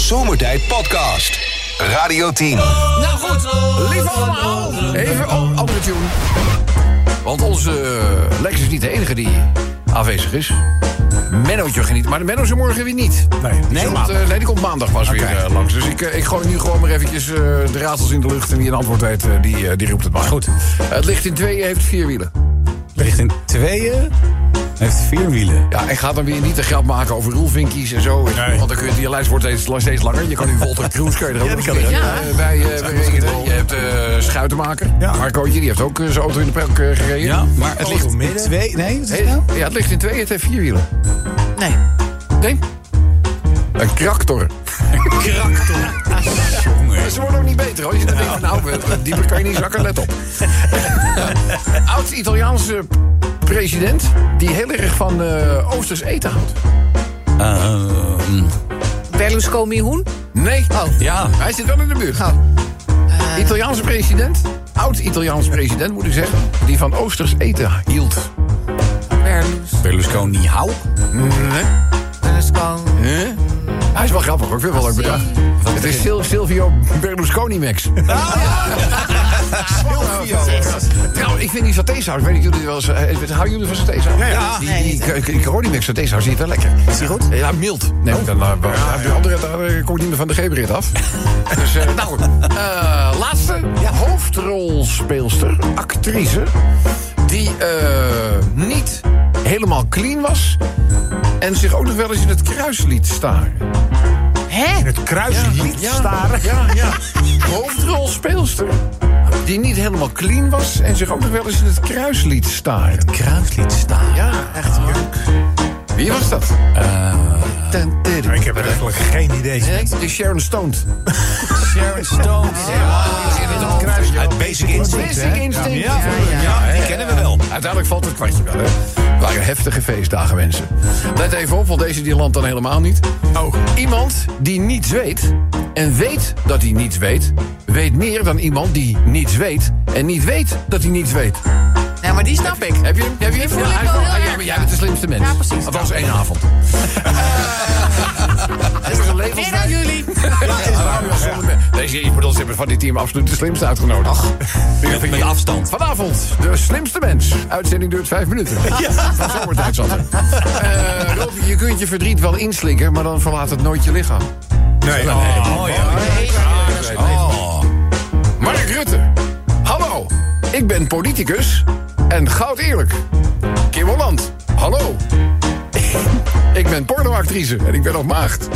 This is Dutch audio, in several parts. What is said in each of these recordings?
Zomertijd Podcast. Radio 10. Nou goed, lief allemaal. Even andere tune. Want onze Lex is niet de enige die aanwezig is. Mennootje geniet, maar de Menno is er morgen weer niet. Nee, die komt maandag pas weer langs. Dus ik gooi nu gewoon maar eventjes de raadsels in de lucht. En wie een antwoord weet, die roept het maar. Goed. Het ligt in tweeën, heeft 4 wielen. Ligt in tweeën, heeft 4 wielen. Ja, en gaat dan weer niet te grap maken over roelvinkies en zo. Nee. Want dan kun je, die lijst wordt steeds langer. Je kan nu Walter Kroes er ook nog bij rekenen. Je hebt Schuitenmaker. Ja. Marcootje, die heeft ook zijn auto in de prak gereden. Ja, maar het ligt in 2... Nee, wat is het nou? Ja, het ligt in tweeën, het heeft 4 wielen. Nee. Nee? Een kractor. Ze worden ook niet beter, hoor. Je denkt van, nou, dieper kan je niet zakken, let op. Oud-Italiaanse president die heel erg van Oosters eten houdt. Berlusconi Hoen? Nee. Oh. Ja. Hij zit wel in de buurt. Italiaanse president, oud-Italiaanse president moet ik zeggen, die van Oosters eten hield. Berlusconi hou. Nee. Berlusconi. Hij is wel grappig, hoor. Ik vind het wel leuk bedacht. Het is Silvio Berlusconi Max. Silvio. Trouwens, ik vind die satésaus, weet ik jullie wel eens... houden jullie van satésaus? Ja. Die Coronimax satésaus is wel lekker. Is die goed? Ja, mild. Nee, dan de andere kom ik niet meer van de G-Brit af. Dus, laatste. Hoofdrolspeelster, actrice... die niet helemaal clean was... en zich ook nog wel eens in het kruis liet staren. Hè? In het kruis liet staren. Ja. Hoofdrolspeelster... die niet helemaal clean was... en zich ook nog wel eens in het kruis liet staren. Kruis liet staren. Ja, echt leuk. Wie was dat? Ik heb eigenlijk geen idee. Het is Sharon Stone. Sharon Stone. Uit Basic Instinct. Basic Instinct. Ja, die kennen we wel. Uiteindelijk valt het kwartje wel, hè. Het waren heftige feestdagen, mensen. Let even op, want deze die landt dan helemaal niet. Oh. Iemand die niets weet en weet dat hij niets weet... weet meer dan iemand die niets weet en niet weet dat hij niets weet. Ja, maar die snap ik. Heb je hem? Die voel ik wel heel Ja, erg. maar jij bent de slimste mens. Ja, precies. Althans, 1 avond. Dit was een Meer dan levenswijs. jullie. Deze ze hebben van dit team absoluut de slimste uitgenodigd. Met afstand. Vanavond, de slimste mens. Uitzending duurt 5 minuten. Van zomertijd zat er. Rob, je kunt je verdriet wel inslikken, maar dan verlaat het nooit je lichaam. Nee. Mark Rutte. Hallo, ik ben politicus en goud eerlijk. Kim Holland. Hallo. Ik ben pornoactrice en ik ben nog maagd.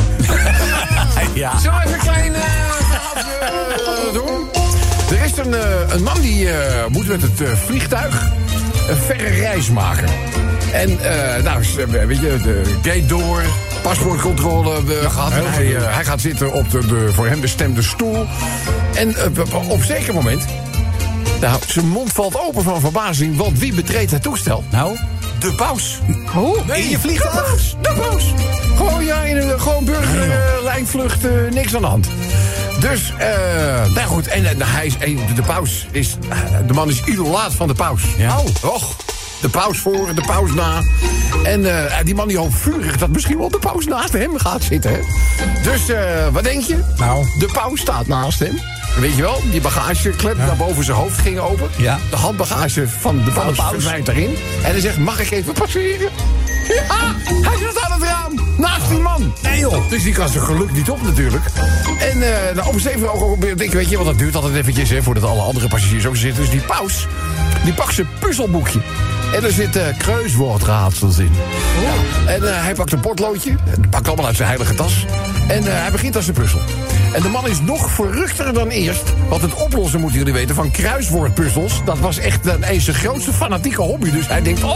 Ja. Zullen we even een klein verhaaltje doen? Er is een man die moet met het vliegtuig een verre reis maken. En weet je, de gate door, paspoortcontrole gehad. Hij gaat zitten op de voor hem bestemde stoel. En op een zeker moment... Nou, zijn mond valt open van verbazing, want wie betreedt het toestel? Nou? De paus. Hoe? Nee, In je vliegtuig? De paus. Gewoon, ja, in een burgerlijnvlucht, niks aan de hand. Dus, nou goed, en de paus is... de man is idolaat van de paus. Ja. Och, de paus voor, de paus na. En die man die hoopt vurig dat misschien wel de paus naast hem gaat zitten. Hè? Dus, wat denk je? Nou. De paus staat naast hem. Weet je wel, die bagageklep daar boven zijn hoofd ging open. Ja. De handbagage van de paus verdwijnt erin. En hij zegt, mag ik even passeren? Ja, hij zit aan het raam, naast die man. Nee joh. Dus die kan zijn geluk niet op natuurlijk. En op een zeven ogenblik, weet je, want dat duurt altijd eventjes, hè, voordat alle andere passagiers ook zitten. Dus die paus, die pakt zijn puzzelboekje. En er zitten kruiswoordraadsels in. Ja. En hij pakt een potloodje, en pakt allemaal uit zijn heilige tas. En hij begint aan zijn puzzel. En de man is nog verruchter dan eerst. Want het oplossen, moeten jullie weten, van kruiswoordpuzzels... dat was echt zijn grootste fanatieke hobby. Dus hij denkt,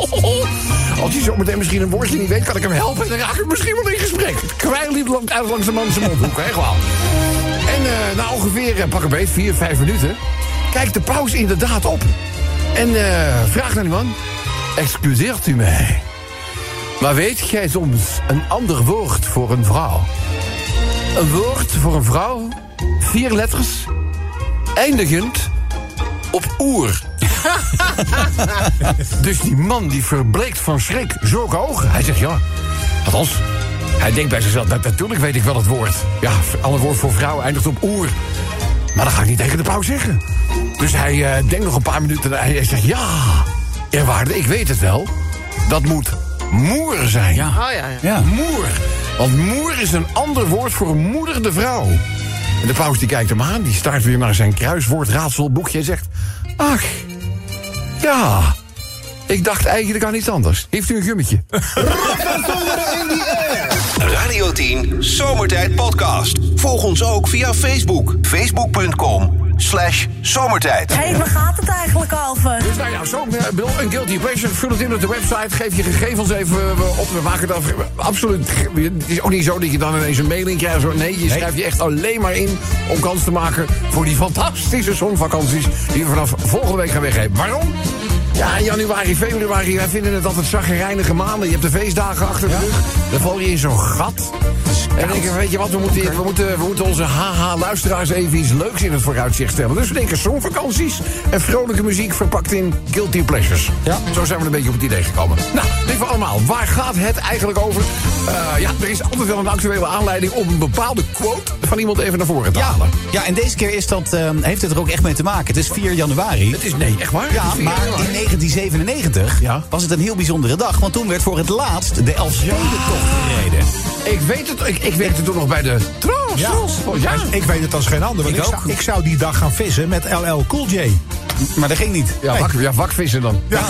als hij zo meteen misschien een woordje niet weet... kan ik hem helpen en dan raak ik misschien wel in gesprek. Het kwijl liep langs de man zijn mondhoek, hè, gewoon. En na ongeveer, pak een beet, 4-5 minuten... kijkt de paus inderdaad op. En vraagt naar die man... Excuseert u mij... maar weet jij soms een ander woord voor een vrouw? Een woord voor een vrouw, 4 letters, eindigend op oer. Dus die man die verbleekt van schrik, zulke ogen. Hij zegt, ja, althans, Hij denkt bij zichzelf, natuurlijk weet ik wel het woord. Ja, een ander woord voor vrouw eindigt op oer. Maar dat ga ik niet tegen de paus zeggen. Dus hij denkt nog een paar minuten en hij zegt... Ja, eerwaarde, ik weet het wel. Dat moet moer zijn. Ja. Oh ja. Moer. Want moer is een ander woord voor een moedige vrouw. En de paus die kijkt hem aan, die staart weer naar zijn kruiswoordraadselboekje en zegt... Ach, ja, ik dacht eigenlijk aan iets anders. Heeft u een gummetje? Radio 10 Zomertijd Podcast. Volg ons ook via Facebook. Facebook.com/zomertijd. Hé, waar gaat het eigenlijk over? Dus nou ja, zo, een guilty pleasure. Vul het in op de website. Geef je gegevens even op. We maken het af. Absoluut. Het is ook niet zo dat je dan ineens een mailing krijgt. Nee, je schrijft je echt alleen maar in om kans te maken voor die fantastische zonvakanties die we vanaf volgende week gaan weggeven. Waarom? Ja, januari, februari, wij vinden het altijd chagrijnige maanden. Je hebt de feestdagen achter de rug. Dan val je in zo'n gat. En dan denken we, weet je wat, we moeten onze haha-luisteraars even iets leuks in het vooruitzicht stellen. Dus we denken zonvakanties en vrolijke muziek verpakt in guilty pleasures. Ja. Zo zijn we een beetje op het idee gekomen. Nou, lieve allemaal, waar gaat het eigenlijk over? Ja, er is altijd wel een actuele aanleiding om een bepaalde quote van iemand even naar voren te halen. Ja, en deze keer heeft het er ook echt mee te maken. Het is 4 januari. Het is, nee, echt waar? Ja, maar in 1997 was het een heel bijzondere dag. Want toen werd voor het laatst de Elfstedentocht gereden. Ik weet het, ik werkte toen nog bij de Tros. Ja. Ik weet het als geen ander. Want ik zou die dag gaan vissen met LL Cool J. Maar dat ging niet. Ja, wakvissen dan. Ja.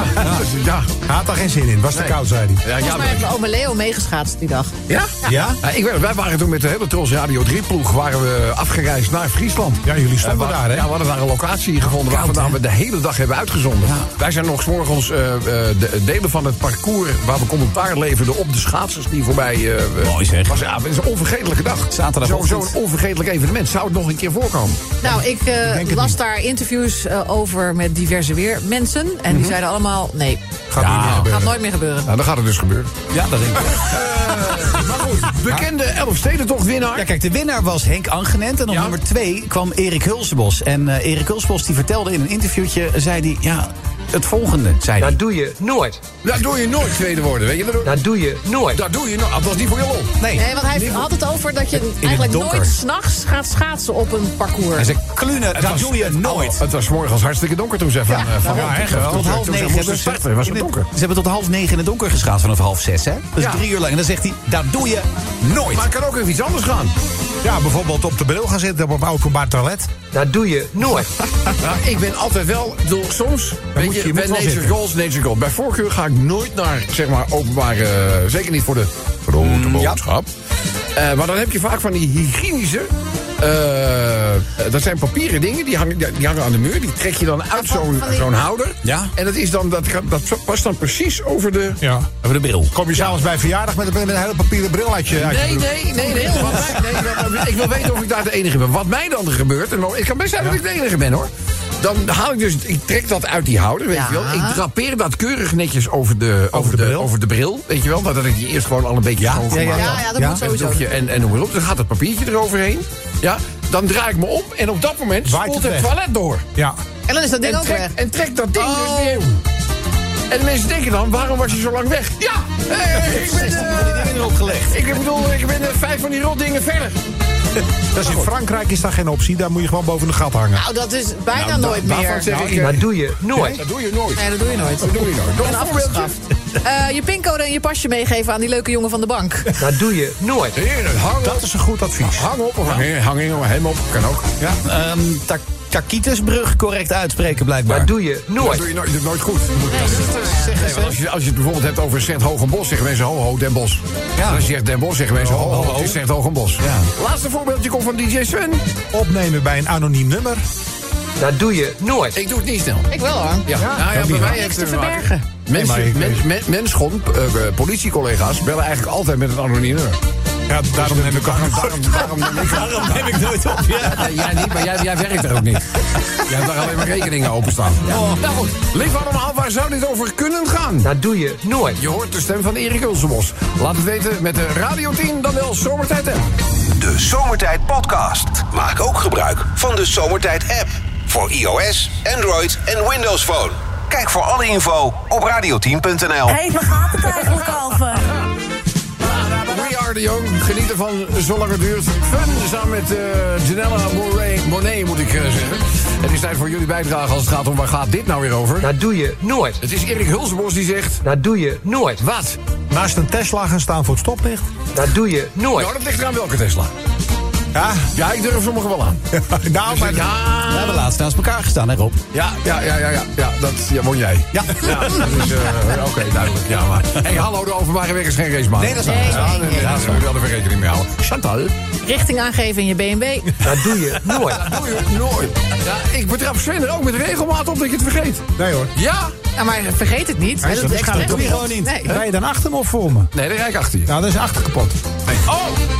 Hij had daar geen zin in. Was te koud, zei hij. Volgens mij heeft ome Leo meegeschaatst die dag. Ja? Ja? Wij waren toen met de hele Tros Radio 3-ploeg... waren we afgereisd naar Friesland. Ja, jullie stonden daar, hè? Ja, we hadden daar een locatie gevonden... waar we de hele dag hebben uitgezonden. Ja. Wij zijn nog 's morgens de delen van het parcours... waar we commentaar leverden op de schaatsers die voorbij... Mooi zeg. Het is een onvergetelijke dag. Zo'n onvergetelijk evenement. Zou het nog een keer voorkomen? Nou, ik las daar interviews over met diverse mensen. En die zeiden allemaal, nee, gaat nooit meer gebeuren. Nou, dan gaat het dus gebeuren. Ja, dat denk ik. Maar goed, bekende Elfstedentocht winnaar. Ja, kijk, de winnaar was Henk Angenent. En op nummer 2 kwam Erik Hulsebos. En Erik Hulsebos die vertelde in een interviewtje, zei hij, het volgende, zei hij. Dat doe je nooit. Dat doe je nooit, tweede worden, weet je dat? Dat doe je nooit. Dat doe je nooit. Dat was niet voor je lol. Nee, want hij had het over dat je eigenlijk nooit 's nachts gaat schaatsen op een parcours. Hij zei, Klunen, dat doe je nooit. Het was 's morgens hartstikke donker toen ze tot half 9 moesten starten. Was het donker. Ze hebben tot half 9 in het donker geschaatst vanaf half 6, hè? Dus 3 uur lang. En dan zegt hij, dat doe je nooit. Maar het kan ook even iets anders gaan. Ja, bijvoorbeeld op de bril gaan zitten op een openbaar toilet. Dat doe je nooit. Ik ben altijd wel, soms, weet je, nature goals. Bij voorkeur ga ik nooit naar, zeg maar, openbare, zeker niet voor de grote boodschap. Maar dan heb je vaak van die hygiënische, dat zijn papieren dingen, die hangen aan de muur. Die trek je dan uit zo'n houder. Ja. En dat is dan, dat past dan precies over de bril. Kom je s'avonds bij verjaardag met een hele papieren bril uit je Nee. Ik wil weten of ik daar de enige ben. Wat mij dan gebeurt, en het kan best zijn dat ik de enige ben, hoor. Dan haal ik dus, ik trek dat uit die houder, weet je wel. Ik drapeer dat keurig netjes over de bril, weet je wel. Dat ik die eerst gewoon al een beetje schoongemaakt. Ja, dat moet sowieso. En noem maar op, dan gaat het papiertje eroverheen. Ja, dan draai ik me om en op dat moment spoelt het toilet door. Ja. En dan is dat ding ook weg. En trek dat ding dus weer. En de mensen denken dan, waarom was je zo lang weg? Ja, ik ben dingen opgelegd. Ik ben 5 van die rotdingen verder. Dus in Frankrijk is dat geen optie. Daar moet je gewoon boven de gat hangen. Nou, dat is bijna nooit meer. Dat doe je nooit. Dat doe je nooit. Nee, dat doe je nooit. En afgeschaft. Je pincode en je pasje meegeven aan die leuke jongen van de bank. Dat doe je nooit. Dat is een goed advies. Hang op of hang hem op. Kan ook. Ja. Takitusbrug correct uitspreken, blijkbaar. Dat doe je nooit. Dat doe je nooit goed. Als je het bijvoorbeeld hebt over Zert-Hogenbos, zeggen mensen ho, Den Bosch. Ja. Als je zegt Den Bosch, zeggen mensen ho, het is Zert-Hogenbos. Ja. Laatste voorbeeldje komt van DJ Sven. Opnemen bij een anoniem nummer. Dat doe je nooit. Ik doe het niet snel. Ik wel, hoor. Ja. Bij mij heeft het te verbergen. Mensen, politiecollega's bellen eigenlijk altijd met een anoniem nummer. Ja, daarom neem ik nooit op. Ja. Jij niet, maar jij werkt er ook niet. Jij hebt daar alleen maar rekeningen openstaan. Ja. Nou goed, lief allemaal, waar zou dit over kunnen gaan? Dat doe je nooit. Je hoort de stem van Erik Hulsebos. Laat het weten met de Radio 10, dan wel Zomertijd app. De Zomertijd podcast. Maak ook gebruik van de Zomertijd app. Voor iOS, Android en Windows Phone. Kijk voor alle info op radio10.nl. Hé, waar gaat het eigenlijk over? We are Edouard de Jong. Genieten van zolang het duurt. Fun samen met Janella Monáe, moet ik zeggen. Het is tijd voor jullie bijdrage als het gaat om waar gaat dit nou weer over. Dat doe je nooit. Het is Erik Hulsebos die zegt... Dat doe je nooit. Wat? Naast een Tesla gaan staan voor het stoplicht. Dat doe je nooit. Nou, dat ligt eraan welke Tesla. Ja, ik durf sommige wel aan. Nou, maar... We hebben laatst naast elkaar gestaan, hè Rob? Ja, dat won jij. Ja, dus, oké, duidelijk. Ja, maar... Hey, hallo, de openbare weg is geen racebaan. Nee, dat is waar. Nee. Daar moet je wel even rekening mee houden. Chantal. Richting aangeven in je BMW. Dat doe je nooit. Dat doe je nooit. Ja, ik betrap Sven er ook met regelmaat op dat je het vergeet. Nee hoor. Ja? Ja, maar vergeet het niet. Nee, dat extra doe je gewoon niet. Nee. Rij je dan achter me of voor me? Nee, dan rijd ik achter je. Nou, dan is achter kapot. Nee. Oh!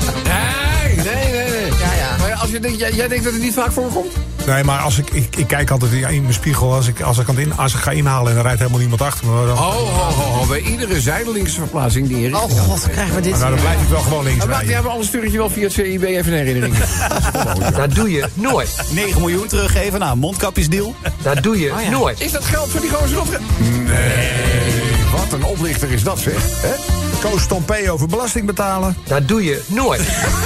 Nee. Ja. Maar als je denkt, jij denkt dat het niet vaak voorkomt? Nee, maar als ik kijk altijd in mijn spiegel als ik ga inhalen en er rijdt helemaal niemand achter me. Dan... Bij iedere zijdelinkse verplaatsing die je Oh god, krijgen we dit. Nou, dan blijf ik wel gewoon links Maar rijden. die hebben alles stuur ik je wel via het CIB even een herinnering. Dat doe je nooit. 9 miljoen teruggeven na een mondkapjesdeal. Dat doe je nooit. Is dat geld voor die gozer opge... Nee, wat een oplichter is dat zeg. Hè? Koos Tompé over belasting betalen. Dat doe je nooit.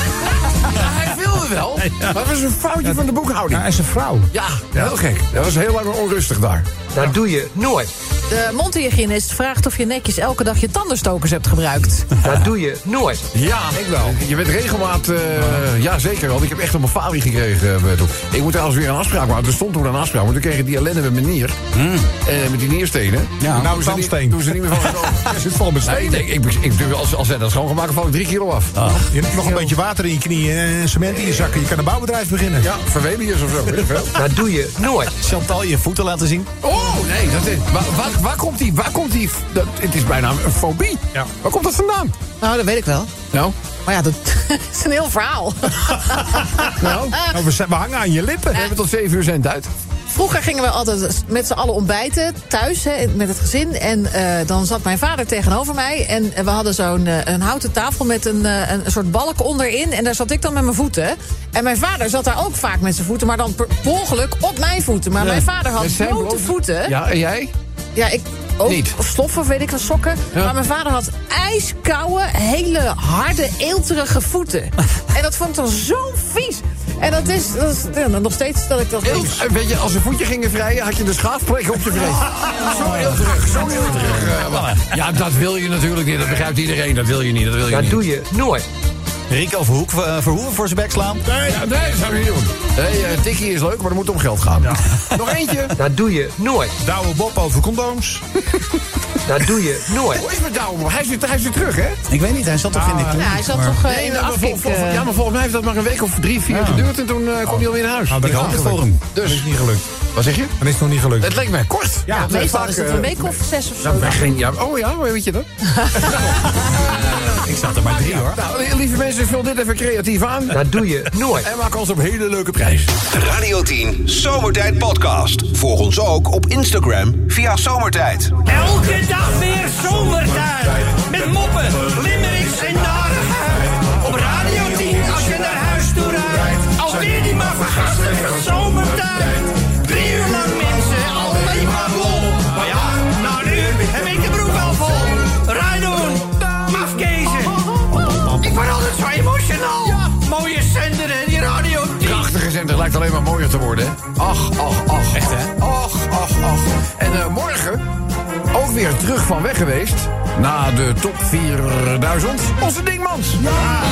Hij wilde wel, maar dat was een foutje van de boekhouding. Ja, hij is een vrouw. Ja, heel gek. Dat was heel lang onrustig daar. Dat doe je nooit. De mondhygiënist vraagt of je netjes elke dag je tandenstokers hebt gebruikt. Dat doe je nooit. Ja, ik wel. Je bent regelmaat... ja, zeker wel. Ik heb echt op mijn falie gekregen. Ik moet trouwens weer een afspraak maken. Er stond toen een afspraak, maar toen kreeg ik die ellende met mijn nier. Met die nierstenen. Ja, nou is tandsteen. Toen ze niet meer van gekomen. Je zit vol met Nee, stenen. als zij dat schoongemaakt, val ik 3 kilo af. Je hebt nog een beetje water in je knieën en cement in je zakken. Je kan een bouwbedrijf beginnen. Ja, Verwelius of zo. Weet ik veel. Dat doe je nooit. Chantal, je voeten laten zien. Oh, nee. Waar komt die... Het is bijna een fobie. Ja. Waar komt dat vandaan? Nou, dat weet ik wel. Nou? Maar ja, dat is een heel verhaal. Nou? Nou, we hangen aan je lippen. We hebben tot 7 uur zend uit. Vroeger gingen we altijd met z'n allen ontbijten thuis met het gezin. En dan zat mijn vader tegenover mij. En we hadden zo'n een houten tafel met een soort balk onderin. En daar zat ik dan met mijn voeten. En mijn vader zat daar ook vaak met zijn voeten. Maar dan per ongeluk op mijn voeten. Maar mijn vader had blote voeten. Ja, en jij? Ja, ik ook. Niet. Of stoffen, of weet ik wat, sokken. Ja. Maar mijn vader had ijskoude, hele harde, eelterige voeten. En dat vond ik dan zo vies. En dat is nog steeds dat ik dat... Weet je, als ze voetje gingen vrijen, had je de schaafplek op je vrees. Zo heel terug. Ja, dat wil je natuurlijk niet. Dat begrijpt iedereen. Dat wil je niet. Dat doe je nooit. Rico Verhoeven voor zijn bek slaan. Nee, dat zou je niet doen. Hey, tikkie is leuk, maar er moet om geld gaan. Ja. Nog eentje. Dat doe je nooit. Douwe Bob over condooms. Dat doe je nooit. Hoe is het met Douwe? Hij is weer terug, hè? Ik weet niet, hij zat toch in de... Ja, hij zat toch in de afkik. Ja, maar volgens mij heeft dat maar een week of 3, 4 geduurd. En toen kwam hij alweer naar huis. Nou, Ik hoop het voor hem. Dus, Dat is niet gelukt. wat zeg je? Dat is nog niet gelukt. Het leek mij kort. Ja, Meestal is het een week of 6 of zo. Oh ja, hoe weet je dat? Ik zat er maar 3 hoor. Nou, lieve mensen, vul dit even creatief aan. Dat doe je nooit. En maak kans op hele leuke prijzen. Radio 10 Zomertijd Podcast. Volg ons ook op Instagram via Zomertijd. Elke dag weer zomertijd. Met moppen, limmerings en narigheid. Op Radio 10 als je naar huis toe rijdt. Alweer die maar vergasten van zomertijd. 3 uur lang mensen, alleen maar lol. Maar ja, na een uur heb ik de broek wel vol. Rijdoen, mafkezen. Ik word altijd zo emotional. Mooie zender hè, die Radio 10. Prachtige zender, lijkt alleen maar mooier te worden. Hè? Ach. Echt, hè? Ach. En morgen ook weer terug van weg geweest. Na de top 4000. Onze Dingmans. Ja.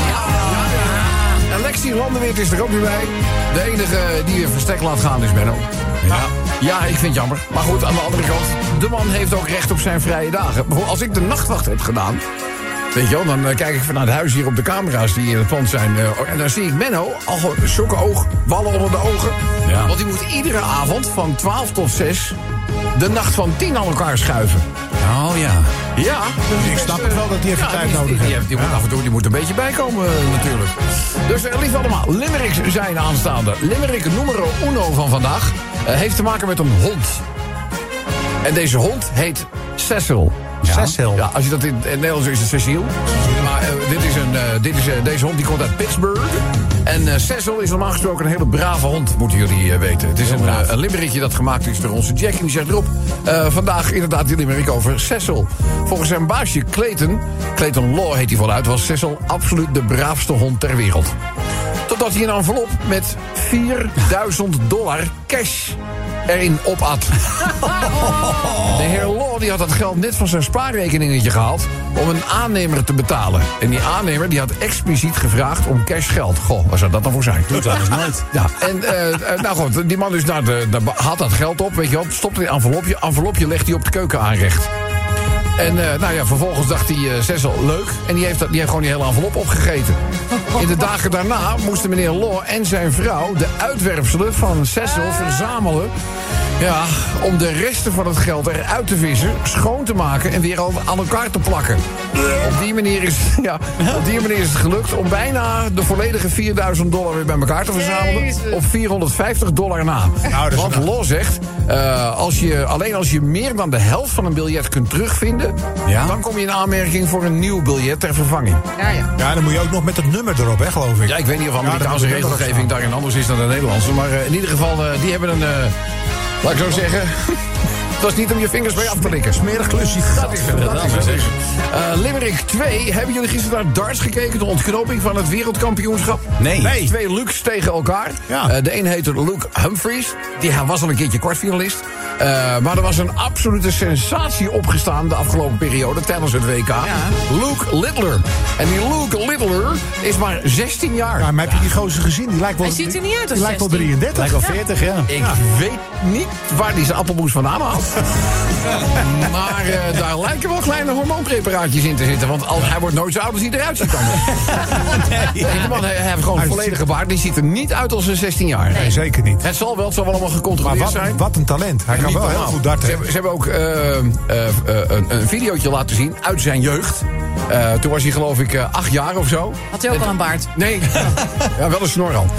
En Lexi Landenweert is er ook weer bij. De enige die je verstek laat gaan is Benno. Ja, ik vind het jammer. Maar goed, aan de andere kant, de man heeft ook recht op zijn vrije dagen. Bijvoorbeeld als ik de nachtwacht heb gedaan... Weet je wel, dan kijk ik vanuit huis hier op de camera's die in het pand zijn. En dan zie ik Menno, al sokkenoog, ballen onder de ogen. Ja. Want die moet iedere avond van 12 tot 6 de nacht van 10 aan elkaar schuiven. Oh ja. Ja. Dus ik snap het wel dat hij even tijd nodig heeft. Die moet af en toe die moet een beetje bijkomen natuurlijk. Dus lief allemaal, limericks zijn aanstaande. Limerick numero 1 van vandaag heeft te maken met een hond. En deze hond heet Cecil. Cecil. Ja, als je dat in het Nederlands is het Cecile. Maar Deze hond die komt uit Pittsburgh. En Cecil is normaal gesproken een hele brave hond, moeten jullie weten. Het is een limerickje dat gemaakt is door onze Jack. En die zegt erop, vandaag inderdaad die limerick over Cecil. Volgens zijn baasje Clayton Law heet hij voluit, was Cecil absoluut de braafste hond ter wereld. Totdat hij een envelop met $4.000 cash erin opat. De heer Law die had dat geld net van zijn spaarrekeningetje gehaald om een aannemer te betalen. En die aannemer die had expliciet gevraagd om cashgeld. Goh, waar zou dat dan voor zijn? Doet dat dus nooit. Ja, en nou goed, die man dus haalt dat geld op, weet je wel, stopt in een envelopje legt hij op de keuken aanrecht. En vervolgens dacht hij, Cecil, leuk. En die heeft gewoon die hele envelop opgegeten. In de dagen daarna moesten meneer Law en zijn vrouw de uitwerpselen van Cecil verzamelen. Ja, om de resten van het geld eruit te vissen, schoon te maken en weer aan elkaar te plakken. Op die manier is het gelukt om bijna de volledige $4.000 weer bij elkaar te verzamelen. Op $450 na. Nou, want Law zegt, als je meer dan de helft van een biljet kunt terugvinden, dan kom je in aanmerking voor een nieuw biljet ter vervanging. Ja, dan moet je ook nog met het nummer erop, hè, geloof ik. Ja, ik weet niet of Amerikaanse regelgeving daarin anders is dan de Nederlandse. Maar in ieder geval, die hebben een... laat ik zo zeggen, het was niet om je vingers mee af te likken. Smerig klusje. Dat is het. Limerick 2. Hebben jullie gisteren naar darts gekeken? De ontknoping van het wereldkampioenschap? Nee. 2 Luke's tegen elkaar. Ja. De een heette Luke Humphries. Die was al een keertje kwartfinalist. Maar er was een absolute sensatie opgestaan de afgelopen periode tijdens het WK. Ja. Luke Littler. En die Luke Littler is maar 16 jaar. Ja, maar heb je die gozer gezien? Die lijkt wel, hij ziet er niet uit als 16. Lijkt wel 33. Lijkt wel 40, ja. Ik weet niet waar die zijn appelmoes vandaan haalt. Maar daar lijken wel kleine hormoonpreparaatjes in te zitten. Want hij wordt nooit zo oud als hij eruit ziet komen. Nee, de man hij heeft gewoon een volledige baard. Die ziet er niet uit als een 16 jaar. Nee, zeker niet. Het zal allemaal gecontroleerd zijn. Wat een talent. Hij kan wel heel goed darten. Ze hebben ook een videootje laten zien uit zijn jeugd. Toen was hij geloof ik 8 jaar of zo. Had hij ook al een baard? Nee, ja, wel een snor al.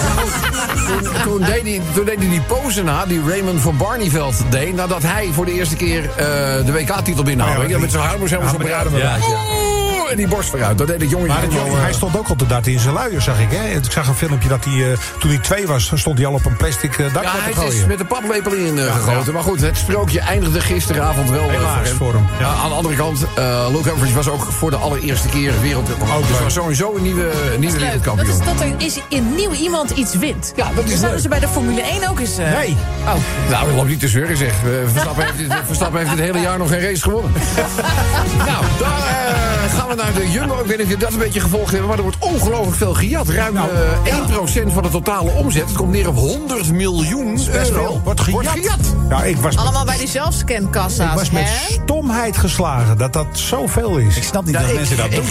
Toen deed hij die pose na, die Raymond van Barneveld deed, nadat hij voor de eerste keer de WK-titel binnenhaalde. Ja, met zijn harmoes helemaal zo bereid. En die borst vooruit. Dat deed het jongetje. Hij stond ook al te darten in zijn luier, zag ik. Hè? Ik zag een filmpje dat hij, toen hij 2 was, stond hij al op een plastic dak te gooien. Hij is met de paplepel in gegoten. Maar goed, het sprookje eindigde gisteravond wel voor hem. Ja, aan de andere kant, Luke Humphries was ook voor de allereerste keer wereldkampioen. Dus was sowieso een nieuwe wereldkampioen. Dat er in nieuw iemand iets wint. Ja, dat is dus zouden ze bij de Formule 1 ook eens... Nee. Oh. Nou, ik loop niet te zeuren, zeg. Verstappen heeft het hele jaar nog geen race gewonnen. Nou, daar gaan we naar de Jumbo. Ik weet niet of je dat een beetje gevolgd hebben, maar er wordt ongelooflijk veel gejat. Ruim 1% van de totale omzet. Het komt neer op 100 miljoen euro. Wordt gejat. Ja, allemaal bij die zelfscankassa's. Ik was met stomheid geslagen dat zoveel is. Ik snap niet dat mensen dat doen.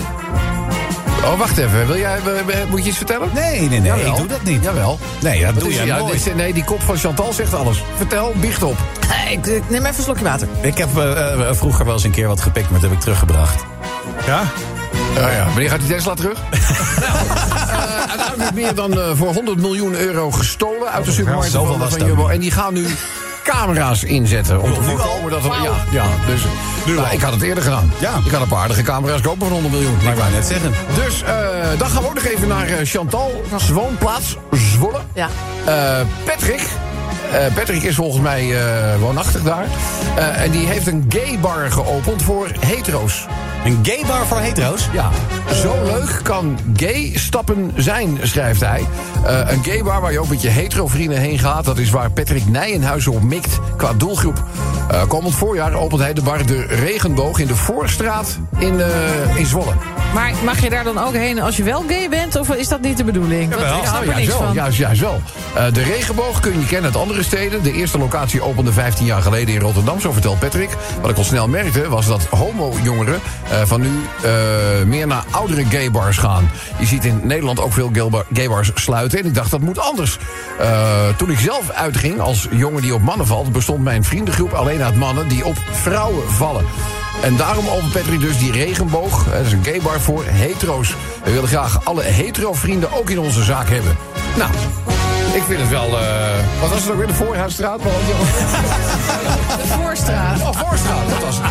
Oh, wacht even. Moet je iets vertellen? Nee, Jawel. ik doe dat niet. Jawel. Nee, dat doe je nooit. Nee, die kop van Chantal zegt alles. Vertel, biecht op. Ik neem even een slokje water. Ik heb vroeger wel eens een keer wat gepikt, maar dat heb ik teruggebracht. Ja? Wanneer gaat die Tesla terug? Uiteindelijk meer dan voor 100 miljoen euro gestolen uit de supermarkt van Jumbo. En die gaan nu camera's inzetten om te voorkomen dat er... Ja, dus ik had het eerder gedaan. Ja. Ik had een paar aardige camera's kopen van 100 miljoen. Ik wou net zeggen. Dus dan gaan we ook nog even naar Chantal, woonplaats Zwolle. Ja. Patrick is volgens mij woonachtig daar. En die heeft een gay bar geopend voor hetero's. Een gay bar voor hetero's? Ja. Zo leuk kan gay stappen zijn, schrijft hij. Een gay bar waar je ook met je hetero vrienden heen gaat. Dat is waar Patrick Nijenhuizen op mikt qua doelgroep. Komend voorjaar opent hij de bar De Regenboog in de Voorstraat in Zwolle. Maar mag je daar dan ook heen als je wel gay bent? Of is dat niet de bedoeling? Juist wel. De Regenboog kun je kennen uit andere steden. De eerste locatie opende 15 jaar geleden in Rotterdam, zo vertelt Patrick. Wat ik al snel merkte, was dat homo-jongeren van nu meer naar oudere gaybars gaan. Je ziet in Nederland ook veel gaybars sluiten. En ik dacht, dat moet anders. Toen ik zelf uitging als jongen die op mannen valt, bestond mijn vriendengroep alleen uit mannen die op vrouwen vallen. En daarom opent Patrick dus die Regenboog. Dat is een gaybar voor hetero's. We willen graag alle hetero-vrienden ook in onze zaak hebben. Nou, ik vind het wel... wat was het ook weer? De Voorhuisstraat? De Voorstraat. Oh, Voorstraat, dat was het.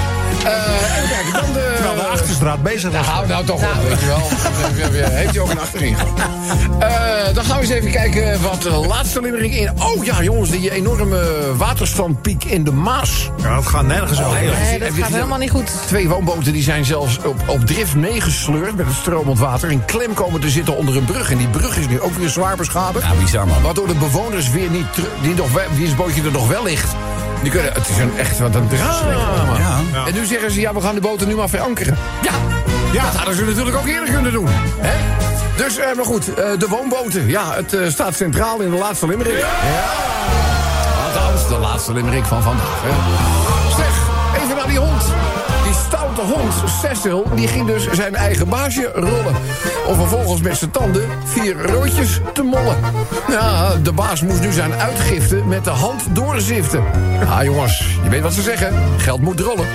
Even kijken, dan de... Terwijl de achterstraat bezig was. Nou toch wel, weet je wel. Heeft hij ook een achterin gehad. Dan gaan we eens even kijken wat de laatste limerick in... Oh ja, jongens, die enorme waterstandpiek in de Maas. Ja, dat gaat nergens over. Nee, dat gaat helemaal niet goed. 2 woonboten die zijn zelfs op drift meegesleurd met het stromend water... in klem komen te zitten onder een brug. En die brug is nu ook weer zwaar beschadigd. Ja, bizar, man. Waardoor de bewoners weer niet... die het bootje er nog wel ligt... Die kunnen, het is echt wat een drama. Ja. En nu zeggen ze, we gaan de boten nu maar verankeren. Ja, dat hadden ze natuurlijk ook eerder kunnen doen. Hè? Dus, maar goed, de woonboten. Ja, het staat centraal in de laatste limerick. Ja. Althans, de laatste limerick van vandaag. Hè? Zeg, even naar die hond. Die stoute hond, Cecil, die ging dus zijn eigen baasje rollen. Om vervolgens met zijn tanden 4 roodjes te mollen. Ja, de baas moest nu zijn uitgifte met de hand doorziften. Ah, jongens, je weet wat ze zeggen. Geld moet rollen.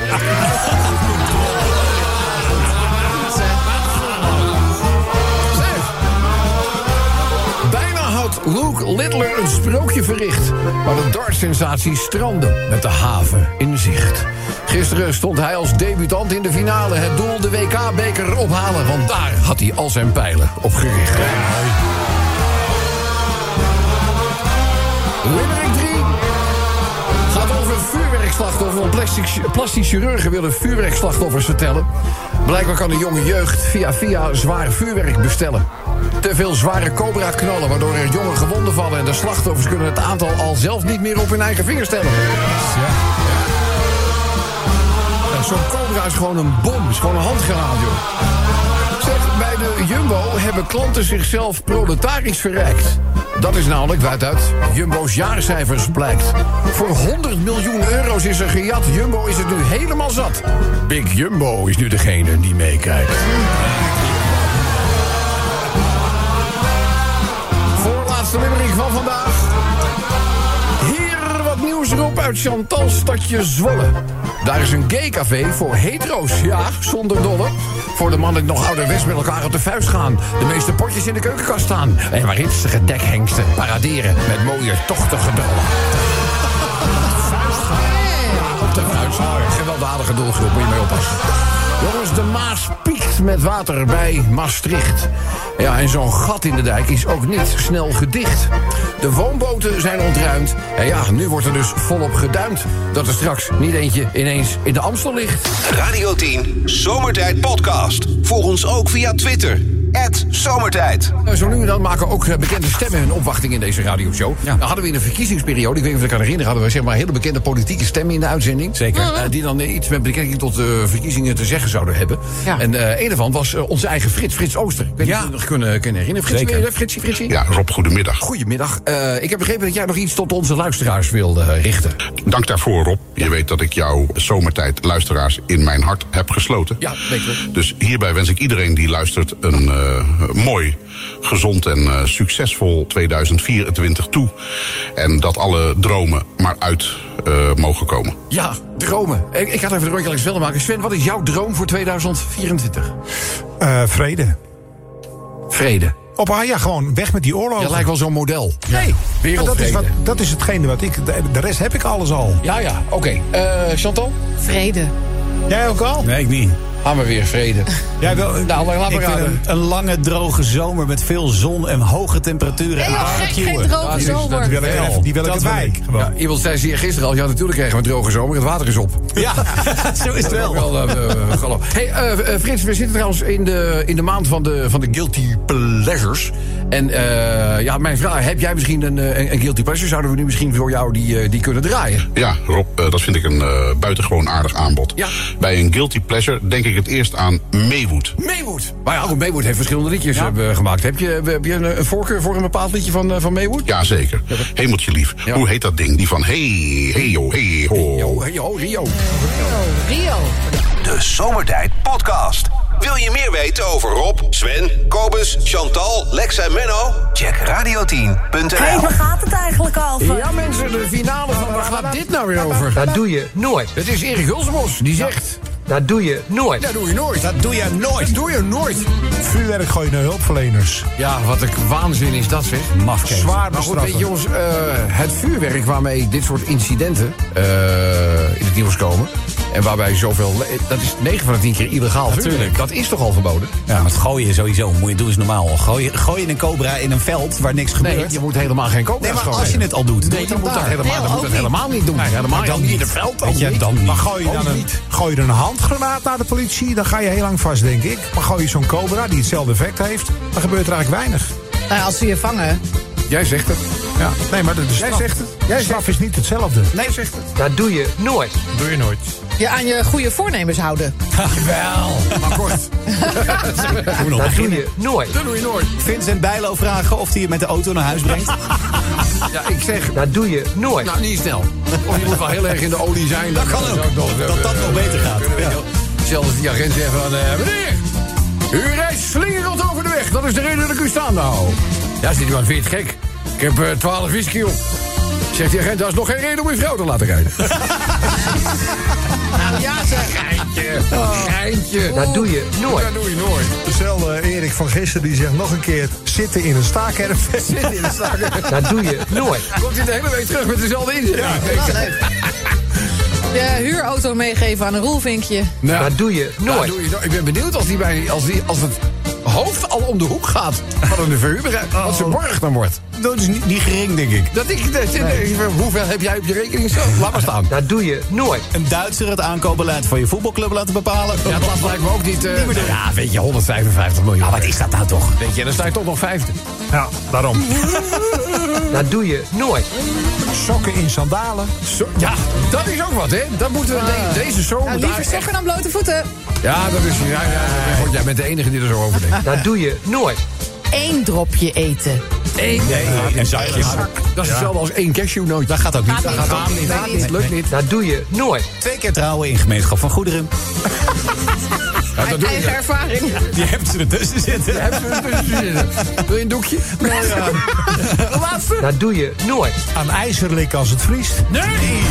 Bijna had Luke Littler een sprookje verricht. Maar de dartsensatie strandde met de haven in zicht. Gisteren stond hij als debutant in de finale het doel de WK-beker ophalen. Want daar had hij al zijn pijlen op gericht. Limerick 3 gaat over vuurwerkslachtoffers. Want plastisch chirurgen willen vuurwerkslachtoffers vertellen. Blijkbaar kan de jonge jeugd via zwaar vuurwerk bestellen. Te veel zware cobra-knallen, waardoor er jonge gewonden vallen... en de slachtoffers kunnen het aantal al zelf niet meer op hun eigen vingers tellen. Zo'n cobra is gewoon een bom, is gewoon een handgranaat, joh. Zeg, bij de Jumbo hebben klanten zichzelf proletarisch verrijkt. Dat is namelijk waaruit Jumbo's jaarcijfers blijkt. Voor 100 miljoen euro's is er gejat. Jumbo is het nu helemaal zat. Big Jumbo is nu degene die meekijkt. Voorlaatste limerick van vandaag. Hier wat nieuws erop uit Chantal stadje Zwolle. Daar is een gaycafé voor hetero's, ja, zonder dolle. Voor de mannen die nog ouderwets met elkaar op de vuist gaan. De meeste potjes in de keukenkast staan. En waar hitsige dekhengsten paraderen met mooie tochtige dollen. Op de vuist gaan. Gewelddadige doelgroep, moet je mee oppassen. Jongens, de Maas piekt met water bij Maastricht. Ja, en zo'n gat in de dijk is ook niet snel gedicht. De woonboten zijn ontruimd. En ja, nu wordt er dus volop geduimd. Dat er straks niet eentje ineens in de Amstel ligt. Radio 10 Zomertijd Podcast. Volg ons ook via Twitter. @Zomertijd. Zo nu en dan maken ook bekende stemmen hun opwachting in deze radioshow. Ja. Nou hadden we in de verkiezingsperiode, ik weet niet of ik kan herinneren... hadden we zeg maar hele bekende politieke stemmen in de uitzending. Zeker. Die dan iets met betrekking tot de verkiezingen te zeggen zouden hebben. Ja. En een daarvan was onze eigen Frits Ooster. Ik weet niet of je nog kunnen herinneren. Fritsie? Ja, Rob, goedemiddag. Goedemiddag. Ik heb begrepen dat jij nog iets tot onze luisteraars wilde richten. Dank daarvoor, Rob. Je weet dat ik jouw Zomertijd luisteraars in mijn hart heb gesloten. Ja, weet je. Dus hierbij wens ik iedereen die luistert een mooi, gezond en succesvol 2024 toe. En dat alle dromen maar uit mogen komen. Ja, dromen. Ik ga even de rondje langs velden maken. Sven, wat is jouw droom voor 2024? Vrede. Vrede. Ja, gewoon weg met die oorlogen. Je lijkt wel zo'n model. Nee, wereldvrede. Dat is hetgene wat ik... De rest heb ik alles al. Ja, oké. Chantal? Vrede. Jij ook al? Nee, ik niet. Gaan we weer vrede. Jij wil, ik vind een lange, droge zomer met veel zon en hoge temperaturen. En geen droge zomer. Die wil ik erbij. Ja, iemand zei hier gisteren al, ja, natuurlijk krijgen we een droge zomer. Het water is op. Ja, zo is het wel. Hey, Frits, we zitten trouwens in de maand van de Guilty Pleasures. En mijn vraag, heb jij misschien een Guilty Pleasure? Zouden we nu misschien voor jou die kunnen draaien? Ja, Rob, dat vind ik een buitengewoon aardig aanbod. Ja. Bij een Guilty Pleasure denk ik het eerst aan Maywood. Maar ja, Maywood heeft verschillende liedjes gemaakt. Heb je een voorkeur voor een bepaald liedje van Maywood? Ja, zeker. Hemeltje lief. Ja. Hoe heet dat ding? Die van hey ho, hey ho. Rio. De Zomertijd Podcast. Wil je meer weten over Rob, Sven, Kobus, Chantal, Lex en Menno? Check radio10.nl. Hey, waar gaat het eigenlijk over? Ja, mensen, de finale van waar gaat dit nou weer over? Dat doe je nooit. Het is Erik Hulsebos die zegt... Dat doe je nooit. Dat doe je nooit. Vuurwerk gooien naar hulpverleners. Ja, wat een waanzin is dat, zeg. Mafkees. Zwaar bestraffen. Maar goed, weet je, jongens, het vuurwerk waarmee dit soort incidenten in het nieuws komen... En waarbij zoveel... Dat is 9 van de 10 keer illegaal vuurwerk. Dat is toch al verboden? Ja, maar het gooien sowieso. Moet je doen is normaal. Gooi je een cobra in een veld waar niks gebeurt. Nee, je moet helemaal geen cobra Nee, maar gooien. als je het al doet, Nee, je moet dat helemaal niet doen. Helemaal dan niet in niet. het veld. Weet je, dan niet. Maar gooi je dan een handgranaat naar de politie, dan ga je heel lang vast, denk ik. Maar gooi je zo'n cobra die hetzelfde effect heeft, dan gebeurt er eigenlijk weinig. Nou ja, als ze je vangen. Jij zegt het. Ja. Nee, maar de straf, zegt het. de straf is niet hetzelfde. Nee, zegt het. Dat doe je nooit. Doe je nooit. Je aan je goede voornemens houden. Wel, maar kort. Dat doe je nooit. Dat doe je nooit. Vincent Bijlo vragen of hij je met de auto naar huis brengt. Ja, ik zeg... Dat doe je nooit. Nou, niet snel. Of je moet wel heel erg in de olie zijn. Dat kan ook. Dat nog beter gaat. Ja. Zelfs als die agent zegt van... meneer, u rijdt slingerend over de weg. Dat is de reden dat ik u staande hou. Ja, zit u aan, vind je het gek? Ik heb 12 whisky op. Zegt die agent, dat is nog geen reden om uw vrouw te laten rijden. Nou ja, zeg. Geintje. Dat doe je nooit. Dat doe je nooit. Dezelfde Erik van gisteren die zegt nog een keer zitten in een staakerven. Zit in de staken. Dat doe je nooit. Komt hij de hele week terug met dezelfde inzet. Ja, Je huurauto meegeven aan een roelvinkje. nou, Dat doe je nou, nooit. doe je, ik ben benieuwd als het hoofd al om de hoek gaat van een verhuurbedrijf, wat zijn borg dan wordt. Dat is niet gering, denk ik. Hoeveel heb jij op je rekening staan? Laat maar staan. Dat doe je nooit. Een Duitser het aankoopbeleid van je voetbalclub laten bepalen. Ja, dat lijkt me ook niet... ja, weet je, 155 miljoen. Ah, wat is dat nou toch? Weet je, dan sta je toch nog 50. Ja, daarom. Dat doe je nooit. Sokken in sandalen. Ja, dat is ook wat, hè? Dat moeten we deze zomer... Nou, liever daar sokken dan blote voeten. Ja, dat is... jij bent de enige die er zo over denkt. Dat doe je nooit. 1 dropje eten. Nee, een zakje. dat is hetzelfde als 1 cashewnoot. Dat gaat ook niet. Gaat niet. Gaat niet, lukt niet. Dat doe je nooit. 2 keer trouwen in gemeenschap van goederen. Ja, dat doe je. Eigen ervaring. Die hebben ze ertussen zitten. Wil je een doekje? Nou ja. De laatste. Dat doe je nooit. Aan ijzer likken als het vriest. Nee.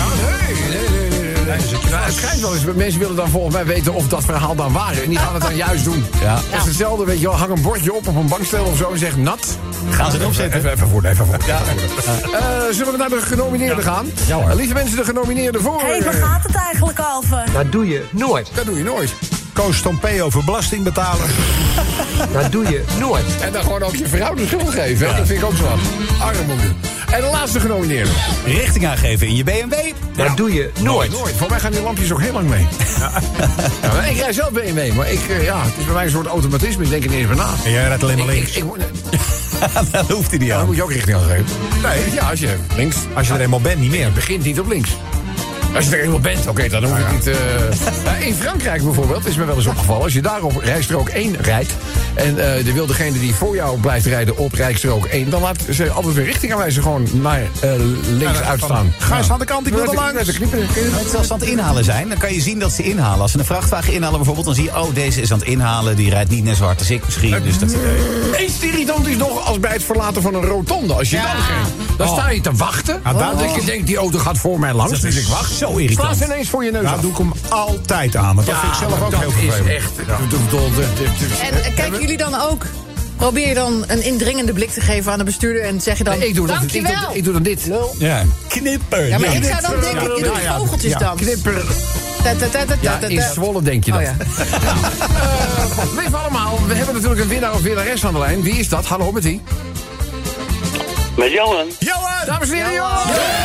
Nou, het schijnt wel eens, mensen willen dan volgens mij weten of dat verhaal dan waar is. En die gaan het dan juist doen. Ja. Dat is hetzelfde, weet je wel, hang een bordje op een bankstel of zo en zeg nat. Gaan ze erop zetten? Even voor. Ja. Zullen we naar de genomineerden gaan? Ja, hoor. Lieve mensen, de genomineerden voor... Hé, waar gaat het eigenlijk over? Dat doe je nooit. Dat doe je nooit. Koos Stompé over belasting betalen. Dat doe je nooit. En dan gewoon ook je vrouw de schuld geven. Ja. Dat vind ik ook zo wat. Armoede. En de laatste genomineerde. Richting aangeven in je BMW. Dat doe je nooit. Nooit. Voor mij gaan die lampjes ook heel lang mee. Ja, maar ik rij zelf BMW, maar het is bij mij een soort automatisme. Ik denk er niet eens meer na. En jij rijdt alleen maar links. Dat hoeft hij niet Ja, dan aan. moet je ook richting aangeven. Nee, ja, als je links. Als je er eenmaal bent, niet meer. Het begint niet op links. Als je er eenmaal bent, oké, dan hoef je niet... in Frankrijk bijvoorbeeld, is me wel eens opgevallen... als je daar op rijstrook 1 rijdt... en wil degene die voor jou blijft rijden op rijstrook 1... dan laat ze altijd weer richting aanwijzen gewoon naar links uitstaan. Ga eens aan de kant, ik wil er langs. Als ze zelfs aan het inhalen zijn, dan kan je zien dat ze inhalen. Als ze een vrachtwagen inhalen bijvoorbeeld, dan zie je... oh, deze is aan het inhalen, die rijdt niet net zo hard als ik misschien. Dus dat... Eens irritant is nog als bij het verlaten van een rotonde. Als je dan sta je te wachten. Dat je denkt, die auto gaat voor mij langs. Dus ik wacht. Zo Sla irritant. ze ineens voor je neus Nou, af. doe ik hem altijd aan. Want dat vind ik zelf ook heel vervelend. is echt... En kijken jullie dan ook? Probeer je dan een indringende blik te geven aan de bestuurder en zeg je dan... Ik doe dan dit. Ja. Knipper. Ja, maar ik zou dan denken, je doet vogeltjesdans. Knipper. Ta, ta, ta, ta, Ja, ta, ta. in Zwolle denk je dat. Oh ja. Lief allemaal, we hebben natuurlijk een winnaar of winnares aan de lijn. Wie is dat? Hallo, met wie? Met Johan. Johan! Dames en heren, Johan!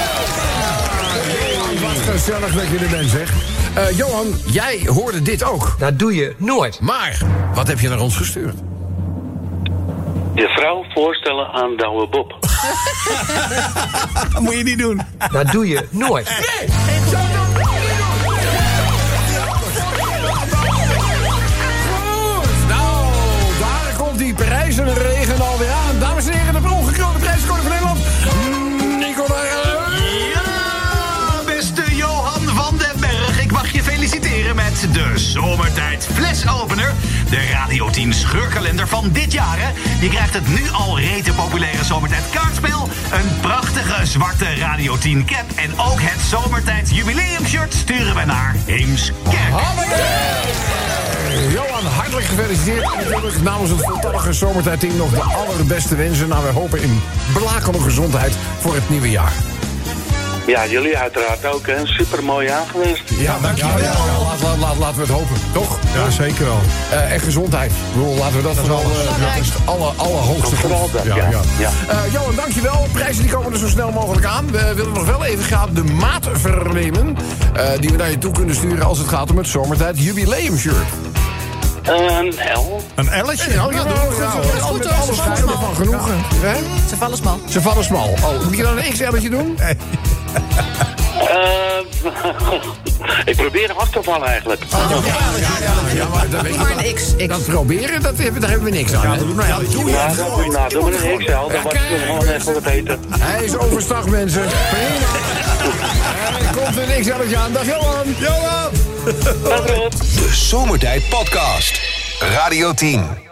Wat gezellig dat je er bent, zeg. Johan, jij hoorde dit ook. Dat doe je nooit. Maar, wat heb je naar ons gestuurd? Je vrouw voorstellen aan Douwe Bob. Dat moet je niet doen. Dat doe je nooit. Nee! Goed, nou, daar komt die prijzen regen alweer aan. Dames en heren, de ongekroonde prijscode van Nederland. Nicola. Ja, beste Johan van den Berg. Ik mag je feliciteren met de Zomertijd Flesopener. De Radio 10 scheurkalender van dit jaar. Hè. Je krijgt het nu al rete populaire Zomertijd kaartspel. Een prachtige zwarte Radio 10 cap. En ook het Zomertijd jubileumshirt sturen we naar Heemskerk. Johan, hartelijk gefeliciteerd. En natuurlijk namens het voltallige Zomertijdteam nog de allerbeste wensen. Nou, we hopen in blakende gezondheid voor het nieuwe jaar. Ja, jullie uiteraard ook. Een super mooi jaar geweest. Ja, dankjewel. Laten we het hopen, toch? Ja, zeker wel. En gezondheid. Ik bedoel, laten we dat vooral... dat is het allerhoogste Vooral dat, ja. Johan, dankjewel. Prijzen die komen er zo snel mogelijk aan. We willen nog wel even graag de maat vernemen... die we naar je toe kunnen sturen als het gaat om het Zomertijd Jubileum shirt. Een L. Een L'tje? Ja, met alles schijnen van genoegen. Hè? Ze vallen smal. Ze vallen smal. Oh, moet je dan een XL'tje doen? Ik probeer af te vallen eigenlijk. Ja, maar dat weet je Maar een X. dat proberen, daar hebben we niks aan. Hè? Doe maar een XL, dan was het gewoon even wat eten. Hij is overstag, mensen. Prima. Er komt een XL'tje aan. Dag, Johan. De Zomertijd Podcast. Radio 10.